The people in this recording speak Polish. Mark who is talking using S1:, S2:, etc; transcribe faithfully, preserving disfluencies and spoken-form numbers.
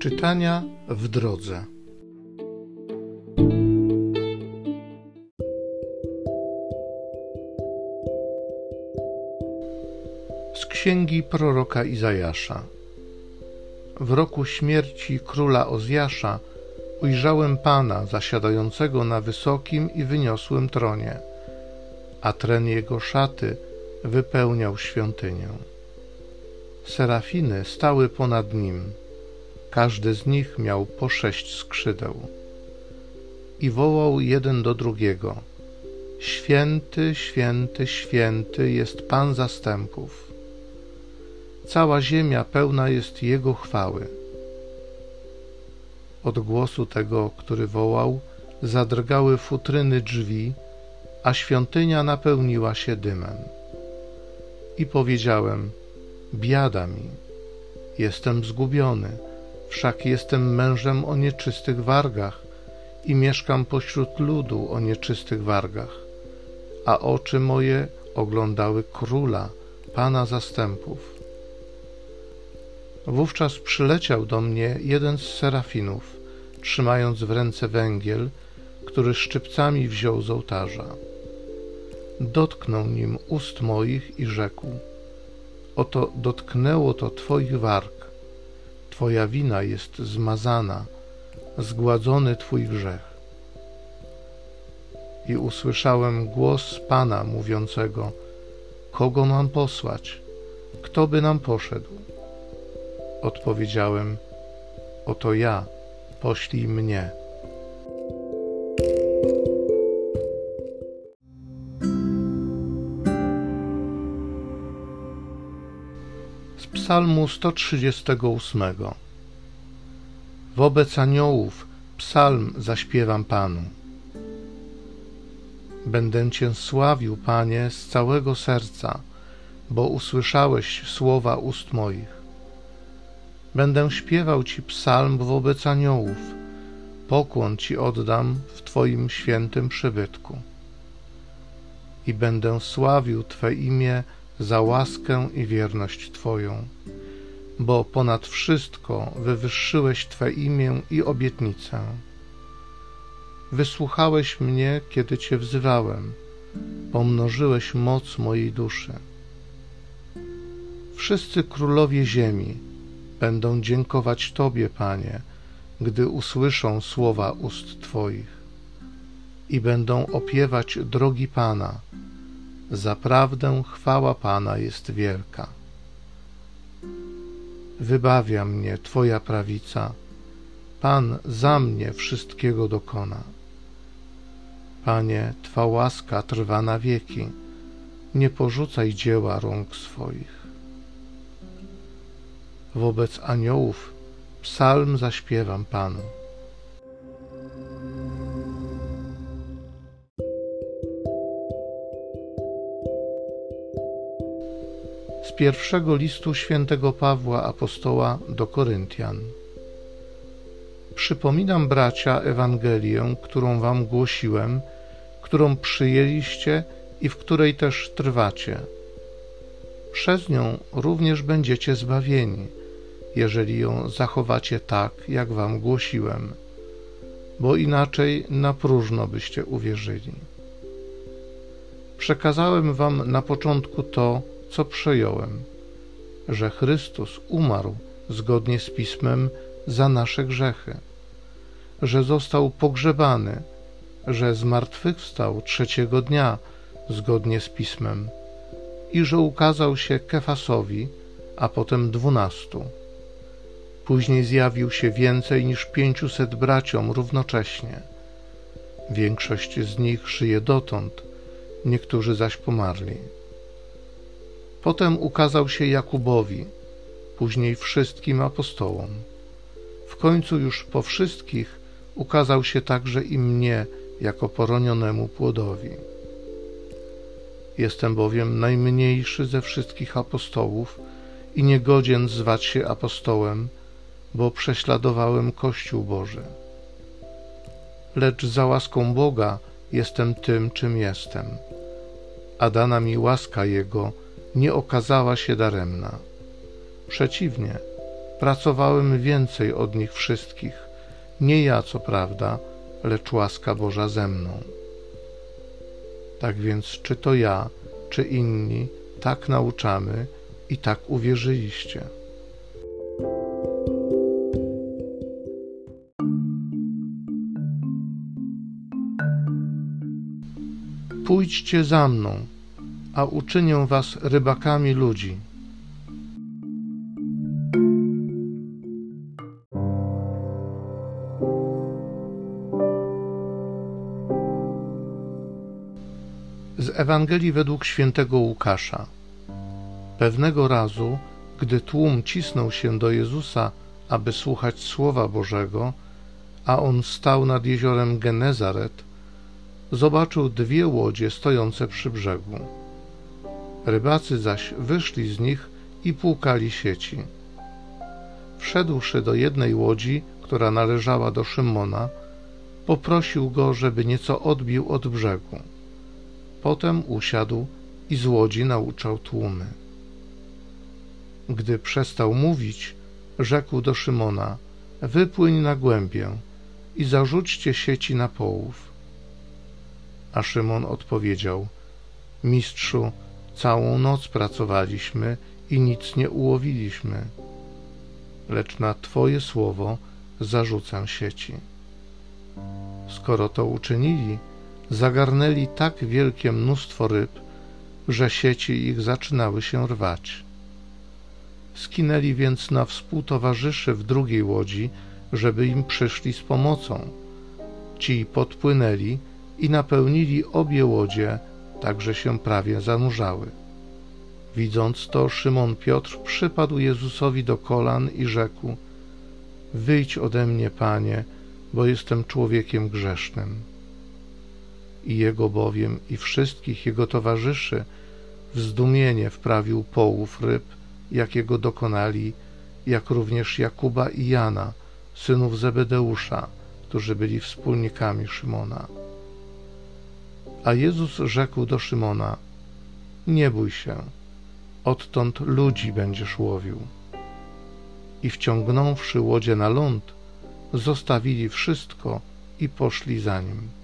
S1: Czytania w drodze. Z księgi proroka Izajasza. W roku śmierci króla Ozjasza ujrzałem Pana zasiadającego na wysokim i wyniosłym tronie, a tren jego szaty wypełniał świątynię. Serafiny stały ponad nim, każdy z nich miał po sześć skrzydeł. I wołał jeden do drugiego: Święty, święty, święty jest Pan zastępów. Cała ziemia pełna jest Jego chwały. Od głosu tego, który wołał, zadrgały futryny drzwi, a świątynia napełniła się dymem. I powiedziałem: biada mi, jestem zgubiony, wszak jestem mężem o nieczystych wargach i mieszkam pośród ludu o nieczystych wargach, a oczy moje oglądały Króla, Pana zastępów. Wówczas przyleciał do mnie jeden z serafinów, trzymając w ręce węgiel, który szczypcami wziął z ołtarza. Dotknął nim ust moich i rzekł: oto dotknęło to Twoich warg, Twoja wina jest zmazana, zgładzony Twój grzech. I usłyszałem głos Pana mówiącego: kogo mam posłać? Kto by nam poszedł? Odpowiedziałem: oto ja, poślij mnie. Z psalmu sto trzydziestego ósmego. Wobec aniołów psalm zaśpiewam Panu. Będę Cię sławił, Panie, z całego serca, bo usłyszałeś słowa ust moich. Będę śpiewał Ci psalm wobec aniołów, pokłon Ci oddam w Twoim świętym przybytku. I będę sławił Twe imię za łaskę i wierność Twoją, bo ponad wszystko wywyższyłeś Twe imię i obietnicę. Wysłuchałeś mnie, kiedy Cię wzywałem, pomnożyłeś moc mojej duszy. Wszyscy królowie ziemi będą dziękować Tobie, Panie, gdy usłyszą słowa ust Twoich i będą opiewać drogi Pana. Zaprawdę chwała Pana jest wielka. Wybawia mnie Twoja prawica, Pan za mnie wszystkiego dokona. Panie, Twa łaska trwa na wieki, nie porzucaj dzieła rąk swoich. Wobec aniołów psalm zaśpiewam Panu. Z pierwszego listu świętego Pawła apostoła do Koryntian. Przypominam, bracia, Ewangelię, którą wam głosiłem, którą przyjęliście i w której też trwacie. Przez nią również będziecie zbawieni, jeżeli ją zachowacie tak, jak wam głosiłem, bo inaczej na próżno byście uwierzyli. Przekazałem wam na początku to, co przejąłem, że Chrystus umarł zgodnie z Pismem za nasze grzechy, że został pogrzebany, że zmartwychwstał trzeciego dnia zgodnie z Pismem i że ukazał się Kefasowi, a potem dwunastu. Później zjawił się więcej niż pięciuset braciom równocześnie. Większość z nich żyje dotąd, niektórzy zaś pomarli. Potem ukazał się Jakubowi, później wszystkim apostołom. W końcu już po wszystkich ukazał się także i mnie jako poronionemu płodowi. Jestem bowiem najmniejszy ze wszystkich apostołów i niegodzien zwać się apostołem, bo prześladowałem Kościół Boży. Lecz za łaską Boga jestem tym, czym jestem, a dana mi łaska Jego nie okazała się daremna. Przeciwnie, pracowałem więcej od nich wszystkich. Nie ja, co prawda, lecz łaska Boża ze mną. Tak więc, czy to ja, czy inni, tak nauczamy i tak uwierzyliście. Pójdźcie za mną, a uczynię was rybakami ludzi. Z Ewangelii według świętego Łukasza. Pewnego razu, gdy tłum cisnął się do Jezusa, aby słuchać Słowa Bożego, a on stał nad jeziorem Genezaret, zobaczył dwie łodzie stojące przy brzegu. Rybacy zaś wyszli z nich i płukali sieci. Wszedłszy do jednej łodzi, która należała do Szymona, poprosił go, żeby nieco odbił od brzegu. Potem usiadł i z łodzi nauczał tłumy. Gdy przestał mówić, rzekł do Szymona: wypłyń na głębię i zarzućcie sieci na połów. A Szymon odpowiedział: Mistrzu, całą noc pracowaliśmy i nic nie ułowiliśmy, lecz na Twoje słowo zarzucę sieci. Skoro to uczynili, zagarnęli tak wielkie mnóstwo ryb, że sieci ich zaczynały się rwać. Skinęli więc na współtowarzyszy w drugiej łodzi, żeby im przyszli z pomocą. Ci podpłynęli i napełnili obie łodzie, tak że się prawie zanurzały. Widząc to, Szymon Piotr przypadł Jezusowi do kolan i rzekł: wyjdź ode mnie, Panie, bo jestem człowiekiem grzesznym. I jego bowiem i wszystkich jego towarzyszy w zdumienie wprawił połów ryb, jakiego dokonali, jak również Jakuba i Jana, synów Zebedeusza, którzy byli wspólnikami Szymona. A Jezus rzekł do Szymona: nie bój się, odtąd ludzi będziesz łowił. I wciągnąwszy łodzie na ląd, zostawili wszystko i poszli za nim.